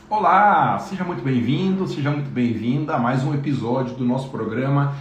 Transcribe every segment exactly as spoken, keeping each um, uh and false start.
Olá, seja muito bem-vindo, seja muito bem-vinda a mais um episódio do nosso programa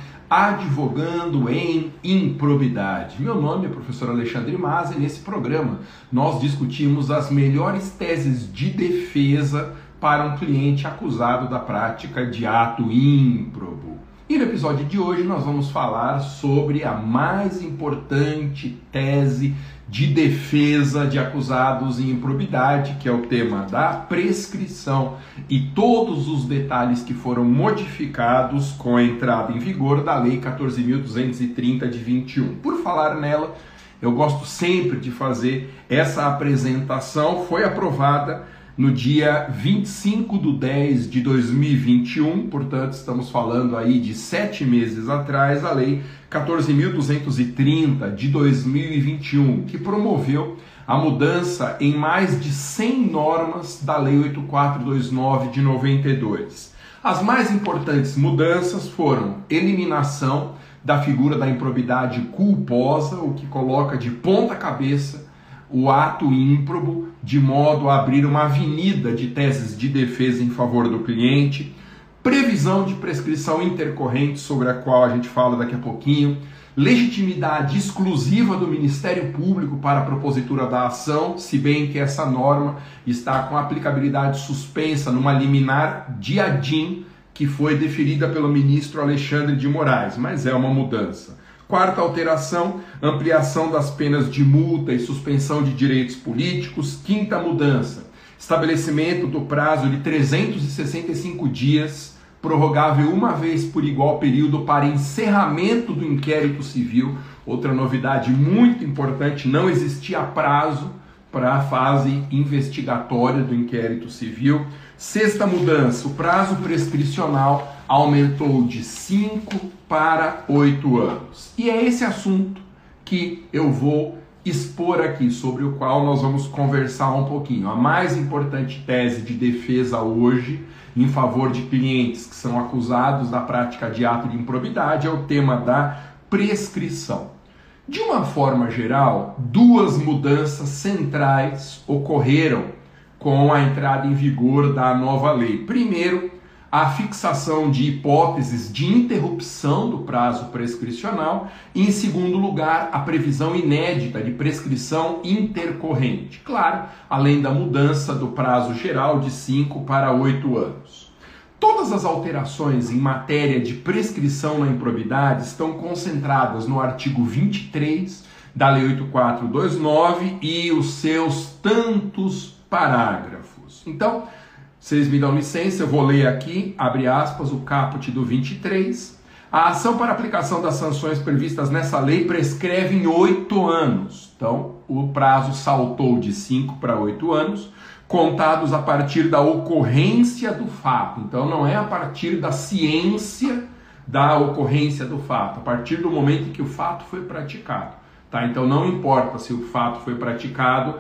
Advogando em Improbidade. Meu nome é professor Alexandre Mas e nesse programa nós discutimos as melhores teses de defesa para um cliente acusado da prática de ato ímprobo. E no episódio de hoje nós vamos falar sobre a mais importante tese de defesa de acusados em improbidade, que é o tema da prescrição e todos os detalhes que foram modificados com a entrada em vigor da Lei quatorze mil duzentos e trinta de vinte e um. Por falar nela, eu gosto sempre de fazer essa apresentação. Foi aprovada no dia vinte e cinco de dez de dois mil e vinte e um, portanto estamos falando aí de sete meses atrás, a Lei quatorze mil duzentos e trinta de dois mil e vinte e um, que promoveu a mudança em mais de cem normas da Lei oito mil quatrocentos e vinte e nove de noventa e dois. As mais importantes mudanças foram eliminação da figura da improbidade culposa, o que coloca de ponta cabeça o ato ímprobo, de modo a abrir uma avenida de teses de defesa em favor do cliente, previsão de prescrição intercorrente, sobre a qual a gente fala daqui a pouquinho, legitimidade exclusiva do Ministério Público para a propositura da ação, se bem que essa norma está com aplicabilidade suspensa numa liminar de ADIM, que foi deferida pelo ministro Alexandre de Moraes, mas é uma mudança. Quarta alteração, ampliação das penas de multa e suspensão de direitos políticos. Quinta mudança, estabelecimento do prazo de trezentos e sessenta e cinco dias, prorrogável uma vez por igual período para encerramento do inquérito civil. Outra novidade muito importante, não existia prazo para a fase investigatória do inquérito civil. Sexta mudança, o prazo prescricional aumentou de cinco para oito anos. E é esse assunto que eu vou expor aqui, sobre o qual nós vamos conversar um pouquinho. A mais importante tese de defesa hoje em favor de clientes que são acusados da prática de ato de improbidade é o tema da prescrição. De uma forma geral, duas mudanças centrais ocorreram com a entrada em vigor da nova lei. Primeiro, a fixação de hipóteses de interrupção do prazo prescricional e, em segundo lugar, a previsão inédita de prescrição intercorrente. Claro, além da mudança do prazo geral de cinco para oito anos. Todas as alterações em matéria de prescrição na improbidade estão concentradas no artigo vinte e três da Lei oito mil quatrocentos e vinte e nove e os seus tantos parágrafos. Então, vocês me dão licença, eu vou ler aqui, abre aspas, o caput do vinte e três. A ação para aplicação das sanções previstas nessa lei prescreve em oito anos. Então, o prazo saltou de cinco para oito anos, contados a partir da ocorrência do fato. Então, não é a partir da ciência da ocorrência do fato, a partir do momento em que o fato foi praticado. Tá? Então, não importa se o fato foi praticado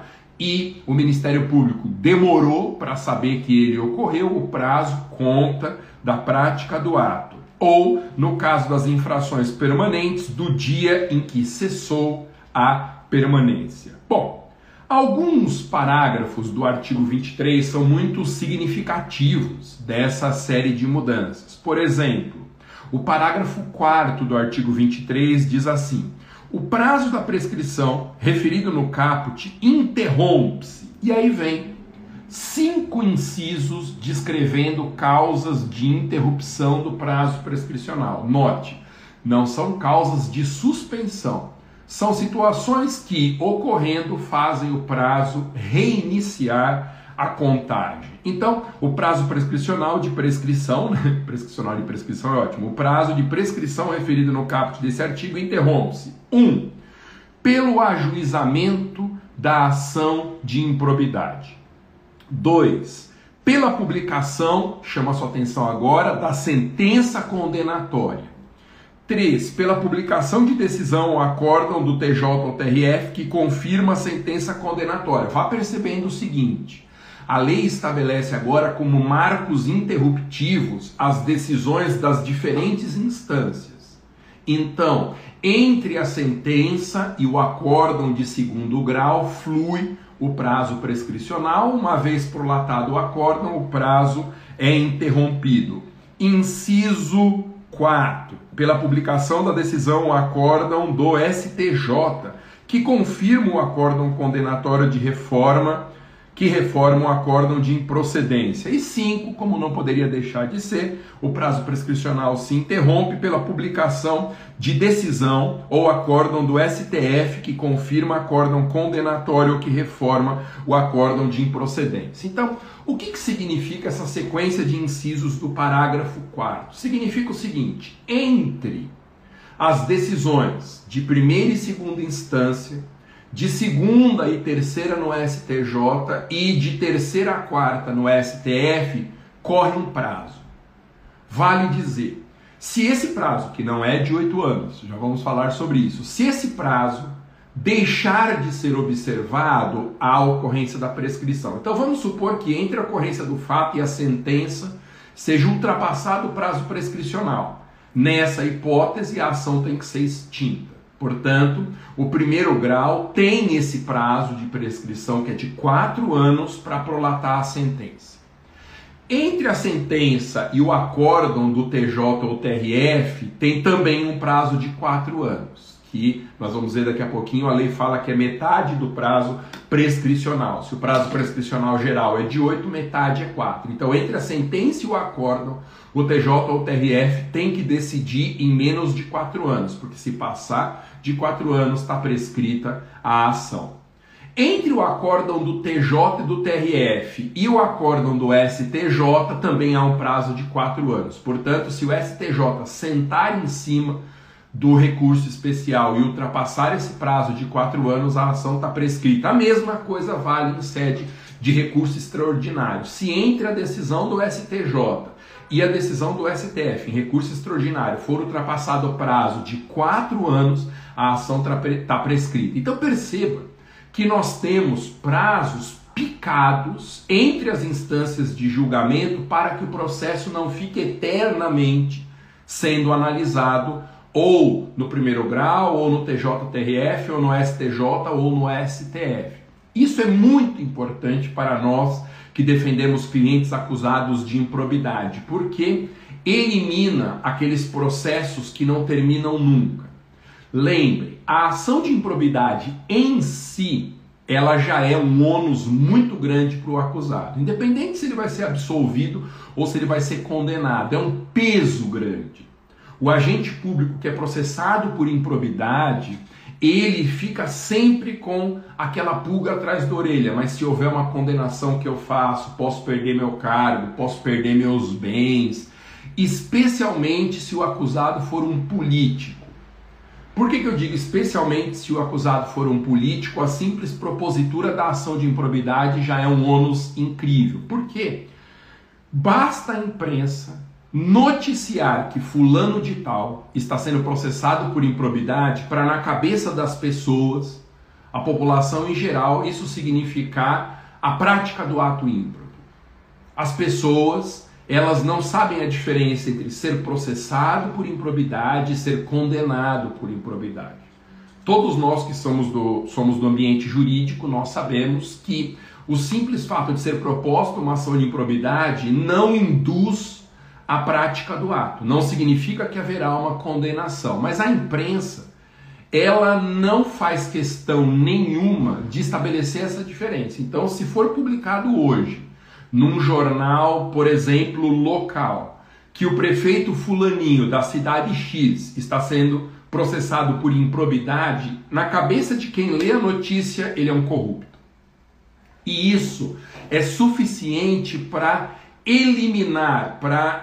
e o Ministério Público demorou para saber que ele ocorreu, o prazo conta da prática do ato. Ou, no caso das infrações permanentes, do dia em que cessou a permanência. Bom, alguns parágrafos do artigo vinte e três são muito significativos dessa série de mudanças. Por exemplo, o parágrafo quarto do artigo vinte e três diz assim: o prazo da prescrição, referido no caput, interrompe-se. E aí vem cinco incisos descrevendo causas de interrupção do prazo prescricional. Note, não são causas de suspensão. São situações que, ocorrendo, fazem o prazo reiniciar a contagem. Então, o prazo prescricional de prescrição, né? prescricional de prescrição é ótimo, o prazo de prescrição referido no caput desse artigo interrompe-se. um. Pelo ajuizamento da ação de improbidade. dois. Pela publicação, chama a sua atenção agora, da sentença condenatória. três. Pela publicação de decisão ou acórdão do T J ou T R F que confirma a sentença condenatória. Vá percebendo o seguinte: a lei estabelece agora como marcos interruptivos as decisões das diferentes instâncias. Então, entre a sentença e o acórdão de segundo grau flui o prazo prescricional. Uma vez prolatado o acórdão, o prazo é interrompido. Inciso quatro. Pela publicação da decisão ou acórdão do S T J, que confirma o acórdão condenatório de reforma, que reforma o acórdão de improcedência. E cinco, como não poderia deixar de ser, o prazo prescricional se interrompe pela publicação de decisão ou acórdão do S T F, que confirma acórdão condenatório ou que reforma o acórdão de improcedência. Então, o que, que significa essa sequência de incisos do parágrafo quarto? Significa o seguinte: entre as decisões de primeira e segunda instância, de segunda e terceira no S T J e de terceira a quarta no S T F, corre um prazo. Vale dizer, se esse prazo, que não é de oito anos, já vamos falar sobre isso, se esse prazo deixar de ser observado, há a ocorrência da prescrição. Então vamos supor que entre a ocorrência do fato e a sentença seja ultrapassado o prazo prescricional. Nessa hipótese, a ação tem que ser extinta. Portanto, o primeiro grau tem esse prazo de prescrição que é de quatro anos para prolatar a sentença. Entre a sentença e o acórdão do T J ou T R F, tem também um prazo de quatro anos, que nós vamos ver daqui a pouquinho. A lei fala que é metade do prazo prescricional. Se o prazo prescricional geral é de oito, metade é quatro. Então, entre a sentença e o acórdão, o T J ou o T R F tem que decidir em menos de quatro anos, porque se passar de quatro anos está prescrita a ação. Entre o acórdão do T J e do T R F e o acórdão do S T J também há um prazo de quatro anos. Portanto, se o S T J sentar em cima do recurso especial e ultrapassar esse prazo de quatro anos, a ação está prescrita. A mesma coisa vale em sede de recurso extraordinário. Se entre a decisão do S T J e a decisão do S T F em recurso extraordinário for ultrapassado o prazo de quatro anos, a ação está prescrita. Então perceba que nós temos prazos picados entre as instâncias de julgamento para que o processo não fique eternamente sendo analisado ou no primeiro grau, ou no T J T R F, ou no S T J, ou no S T F. Isso é muito importante para nós que defendemos clientes acusados de improbidade, porque elimina aqueles processos que não terminam nunca. Lembre, a ação de improbidade em si, ela já é um ônus muito grande para o acusado. Independente se ele vai ser absolvido ou se ele vai ser condenado, é um peso grande. O agente público que é processado por improbidade, ele fica sempre com aquela pulga atrás da orelha. Mas se houver uma condenação, que eu faço? Posso perder meu cargo, posso perder meus bens, especialmente se o acusado for um político. Por que que eu digo especialmente se o acusado for um político? A simples propositura da ação de improbidade já é um ônus incrível. Por quê? Basta a imprensa noticiar que fulano de tal está sendo processado por improbidade para, na cabeça das pessoas, a população em geral, isso significar a prática do ato ímprobo. As pessoas, elas não sabem a diferença entre ser processado por improbidade e ser condenado por improbidade. Todos nós que somos do, somos do ambiente jurídico, nós sabemos que o simples fato de ser proposta uma ação de improbidade não induz a prática do ato. Não significa que haverá uma condenação. Mas a imprensa, ela não faz questão nenhuma de estabelecer essa diferença. Então, se for publicado hoje, num jornal, por exemplo, local, que o prefeito fulaninho da cidade X está sendo processado por improbidade, na cabeça de quem lê a notícia, ele é um corrupto. E isso é suficiente para eliminar, para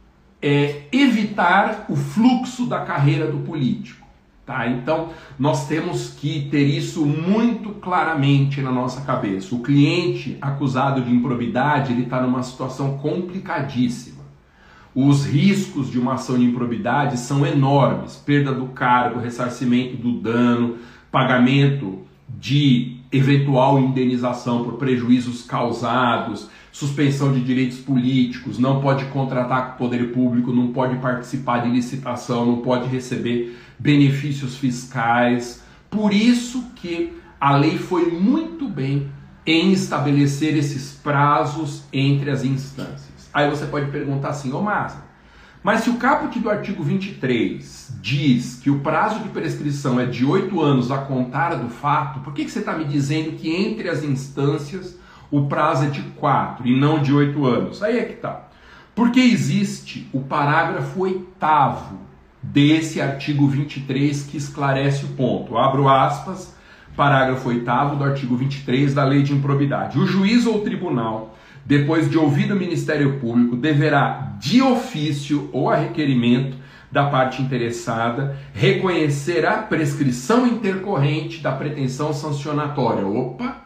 É, evitar o fluxo da carreira do político, tá? Então, nós temos que ter isso muito claramente na nossa cabeça. O cliente acusado de improbidade, ele está numa situação complicadíssima. Os riscos de uma ação de improbidade são enormes. Perda do cargo, ressarcimento do dano, pagamento de eventual indenização por prejuízos causados, suspensão de direitos políticos, não pode contratar com o poder público, não pode participar de licitação, não pode receber benefícios fiscais. Por isso que a lei foi muito bem em estabelecer esses prazos entre as instâncias. Aí você pode perguntar assim, ô Maza, mas se o caput do artigo vinte e três diz que o prazo de prescrição é de oito anos a contar do fato, por que, que você está me dizendo que entre as instâncias o prazo é de quatro e não de oito anos? Aí é que tá. Porque existe o parágrafo oitavo desse artigo vinte e três que esclarece o ponto. Abro aspas, parágrafo oitavo do artigo vinte e três da Lei de Improbidade. O juiz ou tribunal, depois de ouvido o Ministério Público, deverá, de ofício ou a requerimento da parte interessada, reconhecer a prescrição intercorrente da pretensão sancionatória. Opa!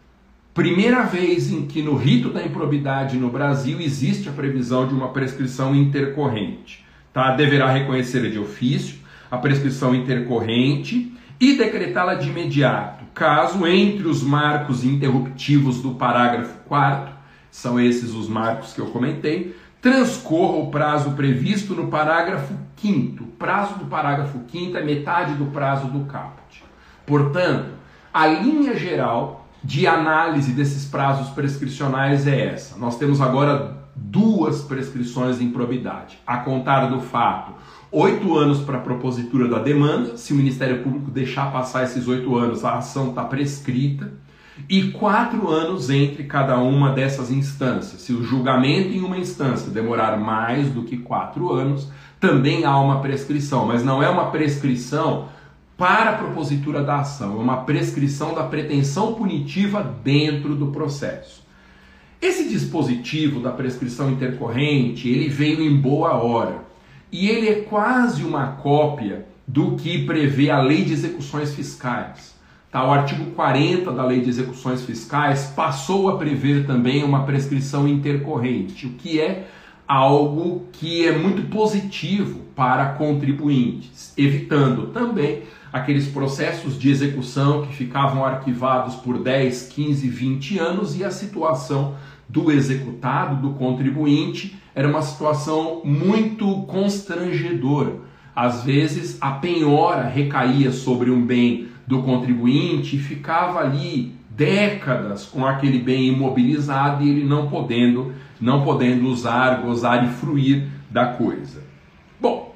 Primeira vez em que no rito da improbidade no Brasil existe a previsão de uma prescrição intercorrente. Tá? Deverá reconhecer de ofício a prescrição intercorrente e decretá-la de imediato, caso entre os marcos interruptivos do parágrafo quarto, são esses os marcos que eu comentei, transcorra o prazo previsto no parágrafo quinto. O prazo do parágrafo quinto é metade do prazo do caput. Portanto, a linha geral de análise desses prazos prescricionais é essa. Nós temos agora duas prescrições de improbidade. A contar do fato, oito anos para a propositura da demanda, se o Ministério Público deixar passar esses oito anos, a ação está prescrita, e quatro anos entre cada uma dessas instâncias. Se o julgamento em uma instância demorar mais do que quatro anos, também há uma prescrição, mas não é uma prescrição para a propositura da ação, é uma prescrição da pretensão punitiva dentro do processo. Esse dispositivo da prescrição intercorrente, ele veio em boa hora, e ele é quase uma cópia do que prevê a Lei de Execuções Fiscais. Tá, o artigo quarenta da Lei de Execuções Fiscais passou a prever também uma prescrição intercorrente, o que é algo que é muito positivo para contribuintes, evitando também aqueles processos de execução que ficavam arquivados por dez, quinze, vinte anos e a situação do executado, do contribuinte, era uma situação muito constrangedora. Às vezes a penhora recaía sobre um bem do contribuinte e ficava ali décadas com aquele bem imobilizado e ele não podendo, não podendo usar, gozar e fruir da coisa. Bom,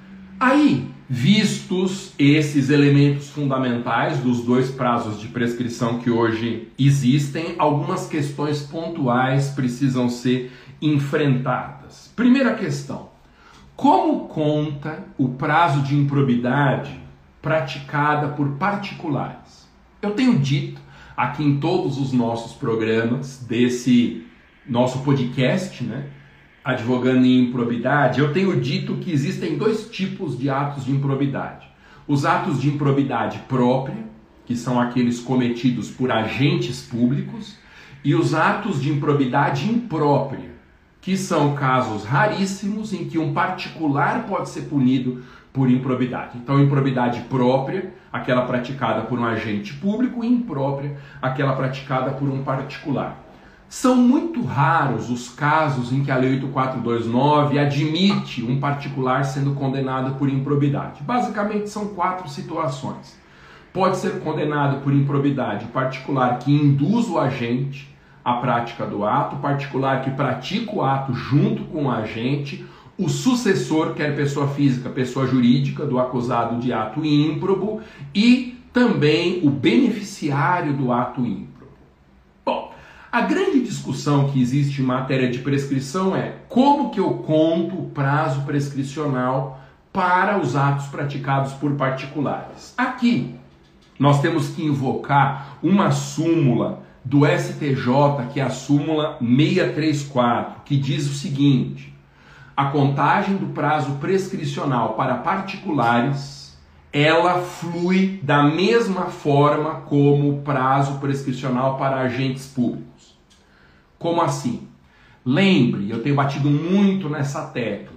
aí, vistos esses elementos fundamentais dos dois prazos de prescrição que hoje existem, algumas questões pontuais precisam ser enfrentadas. Primeira questão: como conta o prazo de improbidade praticada por particulares? Eu tenho dito aqui em todos os nossos programas desse nosso podcast, né, Advogando em Improbidade, eu tenho dito que existem dois tipos de atos de improbidade. Os atos de improbidade própria, que são aqueles cometidos por agentes públicos, e os atos de improbidade imprópria, que são casos raríssimos em que um particular pode ser punido por improbidade. Então, improbidade própria, aquela praticada por um agente público, e imprópria, aquela praticada por um particular. São muito raros os casos em que a Lei oito mil quatrocentos e vinte e nove admite um particular sendo condenado por improbidade. Basicamente, são quatro situações. Pode ser condenado por improbidade o particular que induz o agente à prática do ato, o particular que pratica o ato junto com o agente, o sucessor, quer pessoa física, pessoa jurídica, do acusado de ato ímprobo, e também o beneficiário do ato ímprobo. Bom, a grande discussão que existe em matéria de prescrição é como que eu conto o prazo prescricional para os atos praticados por particulares. Aqui, nós temos que invocar uma súmula do S T J, que é a súmula seiscentos e trinta e quatro, que diz o seguinte: a contagem do prazo prescricional para particulares, ela flui da mesma forma como o prazo prescricional para agentes públicos. Como assim? Lembre, eu tenho batido muito nessa tecla.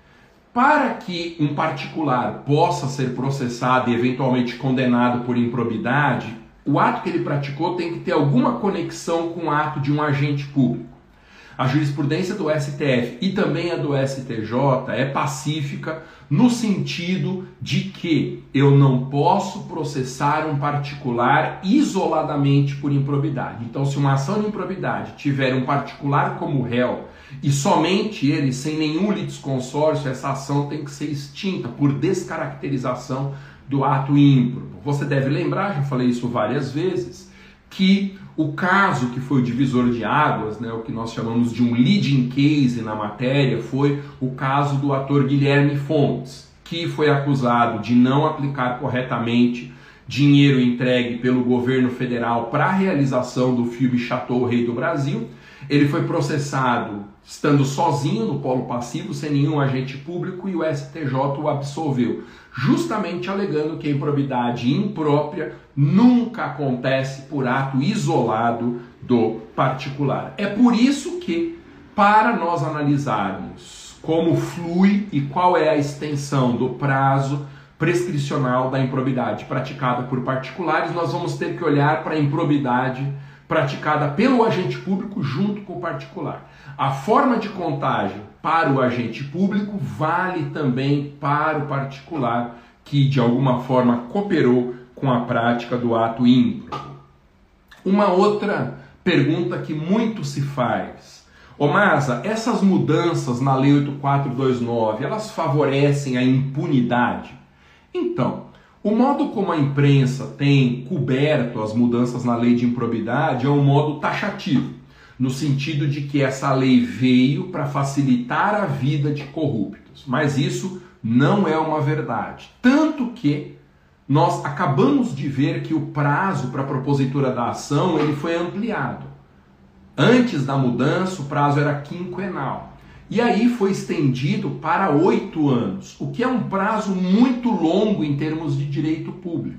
Para que um particular possa ser processado e eventualmente condenado por improbidade, o ato que ele praticou tem que ter alguma conexão com o ato de um agente público. A jurisprudência do S T F e também a do S T J é pacífica no sentido de que eu não posso processar um particular isoladamente por improbidade. Então, se uma ação de improbidade tiver um particular como réu e somente ele, sem nenhum litisconsórcio, essa ação tem que ser extinta por descaracterização do ato ímprobo. Você deve lembrar, já falei isso várias vezes, que o caso que foi o divisor de águas, né, o que nós chamamos de um leading case na matéria, foi o caso do ator Guilherme Fontes, que foi acusado de não aplicar corretamente dinheiro entregue pelo governo federal para a realização do filme Chateau Rei do Brasil. Ele foi processado estando sozinho no polo passivo, sem nenhum agente público, e o S T J o absolveu, justamente alegando que a improbidade imprópria nunca acontece por ato isolado do particular. É por isso que, para nós analisarmos como flui e qual é a extensão do prazo prescricional da improbidade praticada por particulares, nós vamos ter que olhar para a improbidade praticada pelo agente público junto com o particular. A forma de contagem para o agente público vale também para o particular que de alguma forma cooperou com a prática do ato ímprobo. Uma outra pergunta que muito se faz: Ô Masa, essas mudanças na Lei oito mil quatrocentos e vinte e nove, elas favorecem a impunidade? Então, o modo como a imprensa tem coberto as mudanças na lei de improbidade é um modo taxativo, no sentido de que essa lei veio para facilitar a vida de corruptos. Mas isso não é uma verdade. Tanto que nós acabamos de ver que o prazo para a propositura da ação ele foi ampliado. Antes da mudança, o prazo era quinquenal. E aí foi estendido para oito anos, o que é um prazo muito longo em termos de direito público.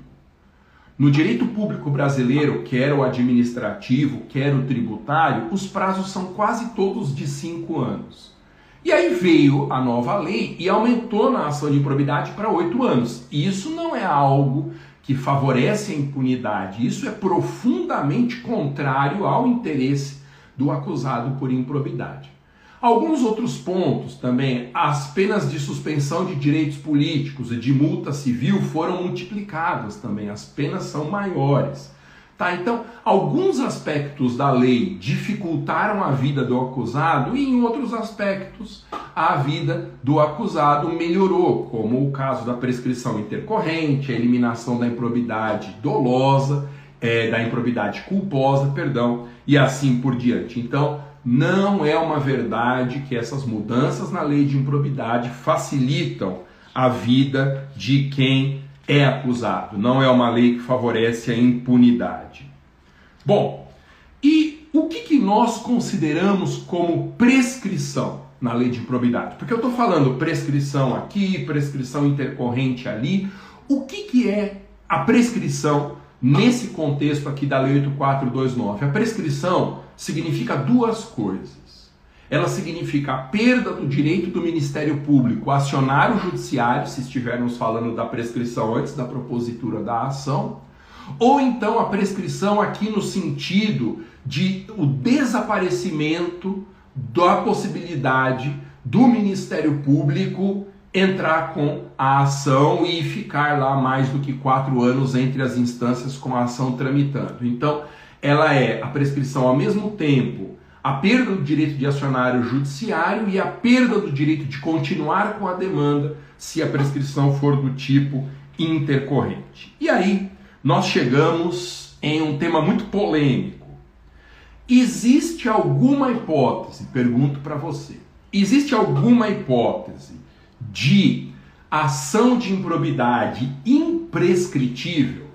No direito público brasileiro, quer o administrativo, quer o tributário, os prazos são quase todos de cinco anos. E aí veio a nova lei e aumentou na ação de improbidade para oito anos. Isso não é algo que favorece a impunidade, isso é profundamente contrário ao interesse do acusado por improbidade. Alguns outros pontos também, as penas de suspensão de direitos políticos e de multa civil foram multiplicadas também, as penas são maiores. Tá? Então, alguns aspectos da lei dificultaram a vida do acusado e em outros aspectos a vida do acusado melhorou, como o caso da prescrição intercorrente, a eliminação da improbidade dolosa, é, da improbidade culposa, perdão, e assim por diante. Então, não é uma verdade que essas mudanças na lei de improbidade facilitam a vida de quem é acusado. Não é uma lei que favorece a impunidade. Bom, e o que, que nós consideramos como prescrição na lei de improbidade? Porque eu estou falando prescrição aqui, prescrição intercorrente ali. O que, que é a prescrição nesse contexto aqui da Lei oito mil quatrocentos e vinte e nove? A prescrição significa duas coisas. Ela significa a perda do direito do Ministério Público a acionar o judiciário, se estivermos falando da prescrição antes da propositura da ação, ou então a prescrição aqui no sentido de o desaparecimento da possibilidade do Ministério Público entrar com a ação e ficar lá mais do que quatro anos entre as instâncias com a ação tramitando. Então, ela é a prescrição ao mesmo tempo a perda do direito de acionar o judiciário e a perda do direito de continuar com a demanda se a prescrição for do tipo intercorrente. E aí nós chegamos em um tema muito polêmico. Existe alguma hipótese, pergunto para você, existe alguma hipótese de ação de improbidade imprescritível?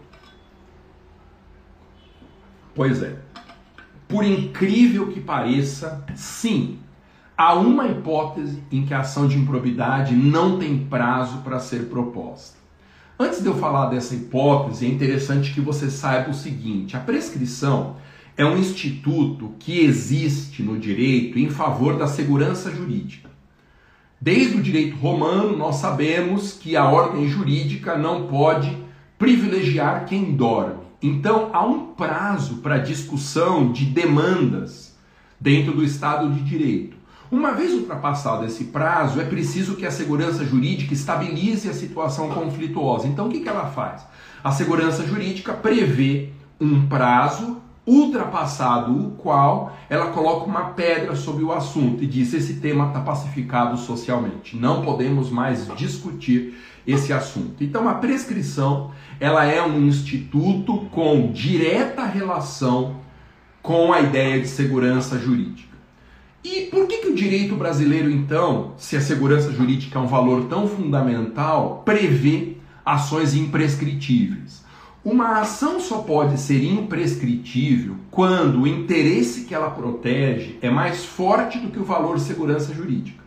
Pois é, por incrível que pareça, sim, há uma hipótese em que a ação de improbidade não tem prazo para ser proposta. Antes de eu falar dessa hipótese, é interessante que você saiba o seguinte: a prescrição é um instituto que existe no direito em favor da segurança jurídica. Desde o direito romano, nós sabemos que a ordem jurídica não pode privilegiar quem dorme. Então, há um prazo para discussão de demandas dentro do Estado de Direito. Uma vez ultrapassado esse prazo, é preciso que a segurança jurídica estabilize a situação conflituosa. Então, o que ela faz? A segurança jurídica prevê um prazo ultrapassado o qual ela coloca uma pedra sobre o assunto e diz: esse tema está pacificado socialmente, não podemos mais discutir esse assunto. Então, a prescrição ela é um instituto com direta relação com a ideia de segurança jurídica. E por que que o direito brasileiro, então, se a segurança jurídica é um valor tão fundamental, prevê ações imprescritíveis? Uma ação só pode ser imprescritível quando o interesse que ela protege é mais forte do que o valor de segurança jurídica.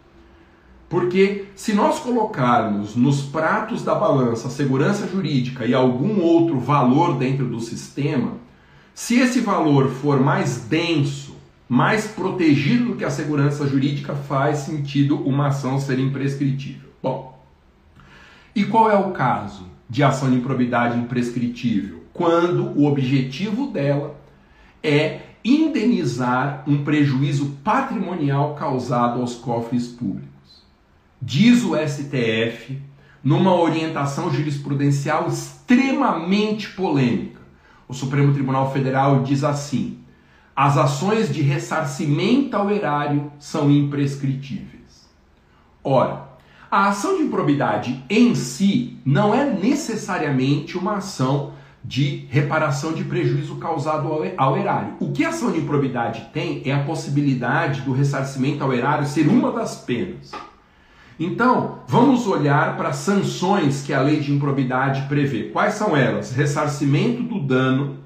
Porque se nós colocarmos nos pratos da balança a segurança jurídica e algum outro valor dentro do sistema, se esse valor for mais denso, mais protegido do que a segurança jurídica, faz sentido uma ação ser imprescritível. Bom, e qual é o caso de ação de improbidade imprescritível? Quando o objetivo dela é indenizar um prejuízo patrimonial causado aos cofres públicos. Diz o S T F, numa orientação jurisprudencial extremamente polêmica. O Supremo Tribunal Federal diz assim: as ações de ressarcimento ao erário são imprescritíveis. Ora, a ação de improbidade em si não é necessariamente uma ação de reparação de prejuízo causado ao erário. O que a ação de improbidade tem é a possibilidade do ressarcimento ao erário ser uma das penas. Então, vamos olhar para as sanções que a lei de improbidade prevê. Quais são elas? Ressarcimento do dano,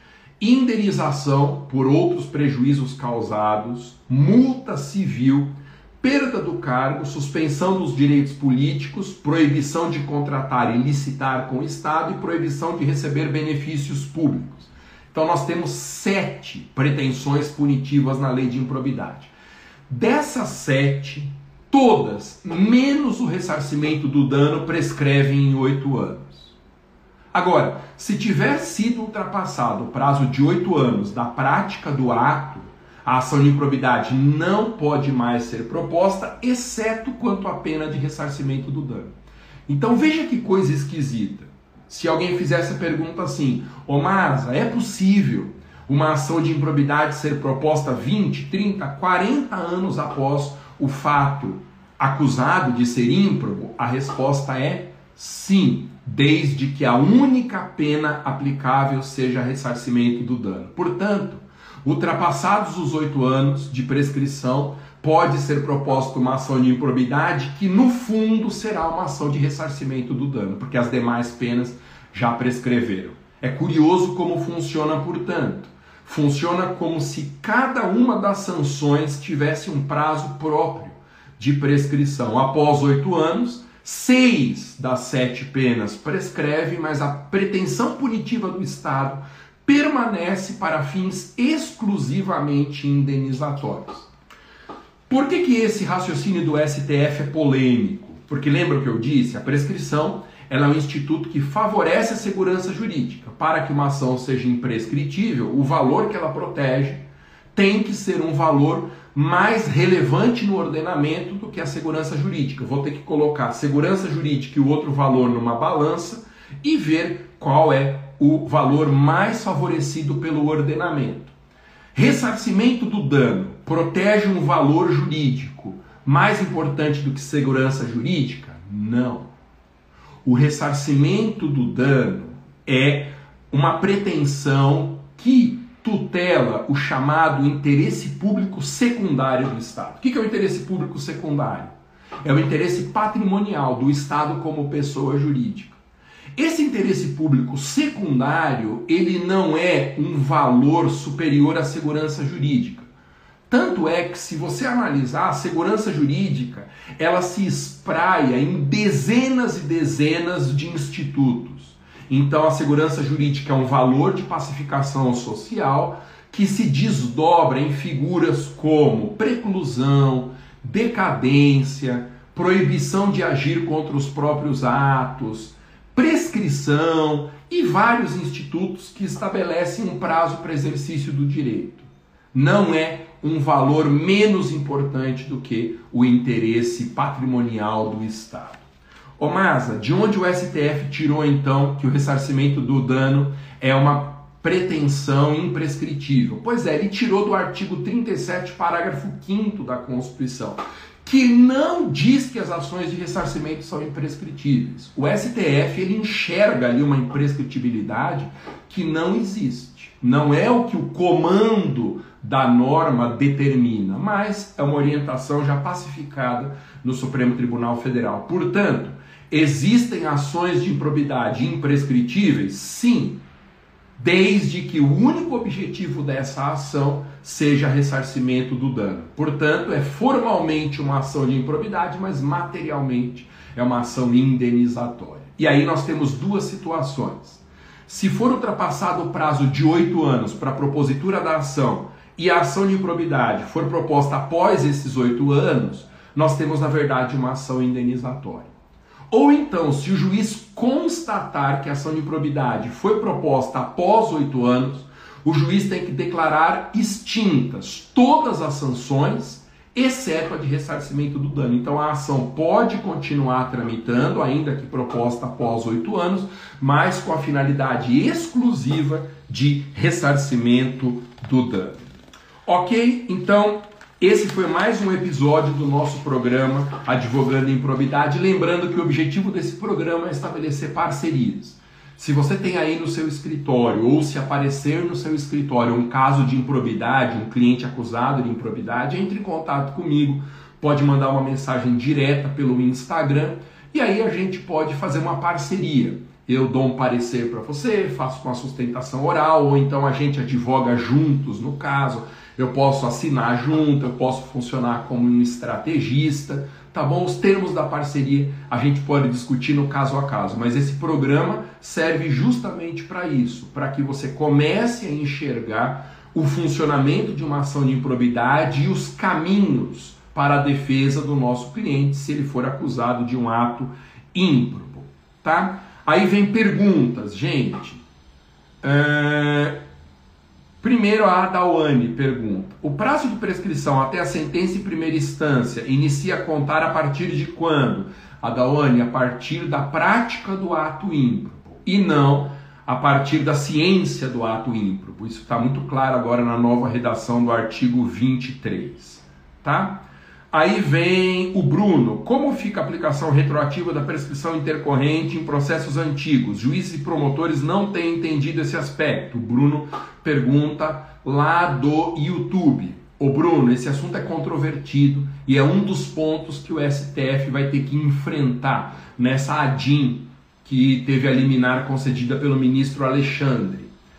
indenização por outros prejuízos causados, multa civil, perda do cargo, suspensão dos direitos políticos, proibição de contratar e licitar com o Estado e proibição de receber benefícios públicos. Então nós temos sete pretensões punitivas na lei de improbidade. Dessas sete, todas, menos o ressarcimento do dano, prescrevem em oito anos. Agora, se tiver sido ultrapassado o prazo de oito anos da prática do ato, a ação de improbidade não pode mais ser proposta, exceto quanto à pena de ressarcimento do dano. Então veja que coisa esquisita. Se alguém fizesse a pergunta assim: ô Masa, é possível uma ação de improbidade ser proposta vinte, trinta, quarenta anos após o fato acusado de ser ímprobo? A resposta é sim, desde que a única pena aplicável seja ressarcimento do dano. Portanto, ultrapassados os oito anos de prescrição, pode ser proposta uma ação de improbidade que, no fundo, será uma ação de ressarcimento do dano, porque as demais penas já prescreveram. É curioso como funciona, portanto. Funciona como se cada uma das sanções tivesse um prazo próprio de prescrição. Após oito anos, seis das sete penas prescreve, mas a pretensão punitiva do Estado permanece para fins exclusivamente indenizatórios. Por que que esse raciocínio do S T F é polêmico? Porque lembra o que eu disse? A prescrição ela é um instituto que favorece a segurança jurídica. Para que uma ação seja imprescritível, o valor que ela protege tem que ser um valor mais relevante no ordenamento do que a segurança jurídica. Eu vou ter que colocar a segurança jurídica e o outro valor numa balança e ver qual é o valor mais favorecido pelo ordenamento. Ressarcimento do dano protege um valor jurídico mais importante do que segurança jurídica? Não. O ressarcimento do dano é uma pretensão que tutela o chamado interesse público secundário do Estado. O que é o interesse público secundário? É o interesse patrimonial do Estado como pessoa jurídica. Esse interesse público secundário, ele não é um valor superior à segurança jurídica. Tanto é que, se você analisar, a segurança jurídica, ela se espraia em dezenas e dezenas de institutos. Então, a segurança jurídica é um valor de pacificação social que se desdobra em figuras como preclusão, decadência, proibição de agir contra os próprios atos, prescrição e vários institutos que estabelecem um prazo para exercício do direito. Não é um valor menos importante do que o interesse patrimonial do Estado. Ô Maza, de onde o S T F tirou então que o ressarcimento do dano é uma pretensão imprescritível? Pois é, ele tirou do artigo trinta e sete, parágrafo quinto da Constituição, que não diz que as ações de ressarcimento são imprescritíveis. O S T F ele enxerga ali uma imprescritibilidade que não existe. Não é o que o comando da norma determina, mas é uma orientação já pacificada no Supremo Tribunal Federal. Portanto, existem ações de improbidade imprescritíveis? Sim, desde que o único objetivo dessa ação seja ressarcimento do dano. Portanto, é formalmente uma ação de improbidade, mas materialmente é uma ação indenizatória. E aí nós temos duas situações. Se for ultrapassado o prazo de oito anos para a propositura da ação e a ação de improbidade for proposta após esses oito anos, nós temos, na verdade, uma ação indenizatória. Ou então, se o juiz constatar que a ação de improbidade foi proposta após oito anos, o juiz tem que declarar extintas todas as sanções, exceto a de ressarcimento do dano. Então a ação pode continuar tramitando, ainda que proposta após oito anos, mas com a finalidade exclusiva de ressarcimento do dano. Ok? Então, esse foi mais um episódio do nosso programa Advogando Improbidade. Lembrando que o objetivo desse programa é estabelecer parcerias. Se você tem aí no seu escritório, ou se aparecer no seu escritório um caso de improbidade, um cliente acusado de improbidade, entre em contato comigo, pode mandar uma mensagem direta pelo Instagram, e aí a gente pode fazer uma parceria. Eu dou um parecer para você, faço com a sustentação oral, ou então a gente advoga juntos no caso. Eu posso assinar junto, eu posso funcionar como um estrategista, tá bom? Os termos da parceria a gente pode discutir no caso a caso, mas esse programa serve justamente para isso, para que você comece a enxergar o funcionamento de uma ação de improbidade e os caminhos para a defesa do nosso cliente se ele for acusado de um ato ímprobo, tá? Aí vem perguntas, gente. É... Primeiro a Adawane pergunta: o prazo de prescrição até a sentença em primeira instância inicia a contar a partir de quando? Adawane, a partir da prática do ato ímprobo e não a partir da ciência do ato ímprobo. Isso está muito claro agora na nova redação do artigo vinte e três, tá? Aí vem o Bruno: como fica a aplicação retroativa da prescrição intercorrente em processos antigos? Juízes e promotores não têm entendido esse aspecto. O Bruno pergunta lá do YouTube. Ô Bruno, esse assunto é controvertido e é um dos pontos que o S T F vai ter que enfrentar nessa A D I M que teve a liminar concedida pelo ministro Alexandre.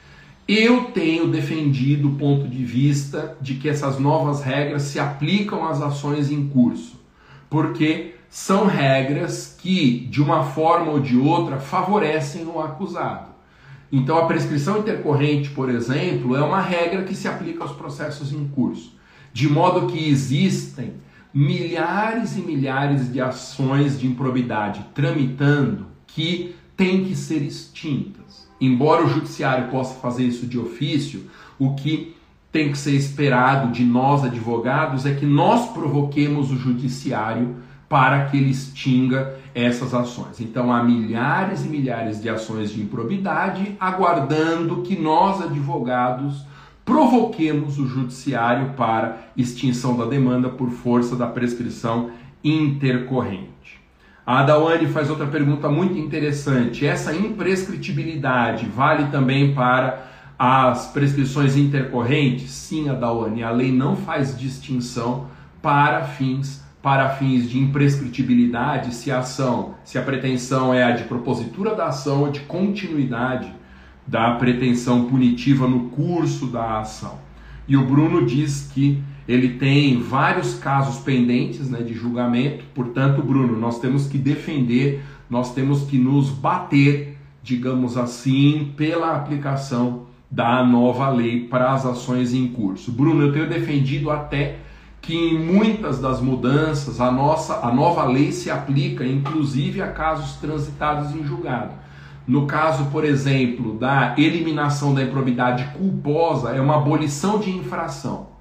Eu tenho defendido o ponto de vista de que essas novas regras se aplicam às ações em curso, porque são regras que, de uma forma ou de outra, favorecem o acusado. Então, a prescrição intercorrente, por exemplo, é uma regra que se aplica aos processos em curso, de modo que existem milhares e milhares de ações de improbidade tramitando que têm que ser extintas. Embora o judiciário possa fazer isso de ofício, o que tem que ser esperado de nós advogados é que nós provoquemos o judiciário para que ele extinga essas ações. Então há milhares e milhares de ações de improbidade aguardando que nós advogados provoquemos o judiciário para extinção da demanda por força da prescrição intercorrente. A Adawane faz outra pergunta muito interessante. Essa imprescritibilidade vale também para as prescrições intercorrentes? Sim, Adawane, a lei não faz distinção para fins, para fins de imprescritibilidade se a ação, se a pretensão é a de propositura da ação ou de continuidade da pretensão punitiva no curso da ação. E o Bruno diz que ele tem vários casos pendentes, né, de julgamento. Portanto, Bruno, nós temos que defender, nós temos que nos bater, digamos assim, pela aplicação da nova lei para as ações em curso. Bruno, eu tenho defendido até que em muitas das mudanças a, nossa, a nova lei se aplica inclusive a casos transitados em julgado. No caso, por exemplo, da eliminação da improbidade culposa, é uma abolição de infração.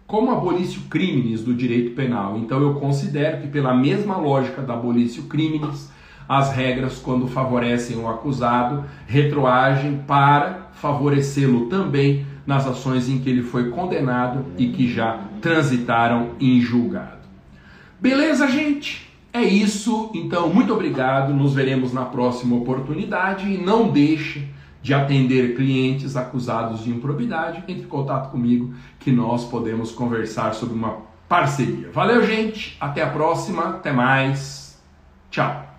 como abolício criminis do direito penal. Então eu considero que, pela mesma lógica da abolício criminis, as regras, quando favorecem o acusado, retroagem para favorecê-lo também nas ações em que ele foi condenado e que já transitaram em julgado. Beleza, gente? É isso. Então, muito obrigado. Nos veremos na próxima oportunidade. E não deixe de atender clientes acusados de improbidade. Entre em contato comigo que nós podemos conversar sobre uma parceria. Valeu, gente. Até a próxima. Até mais. Tchau.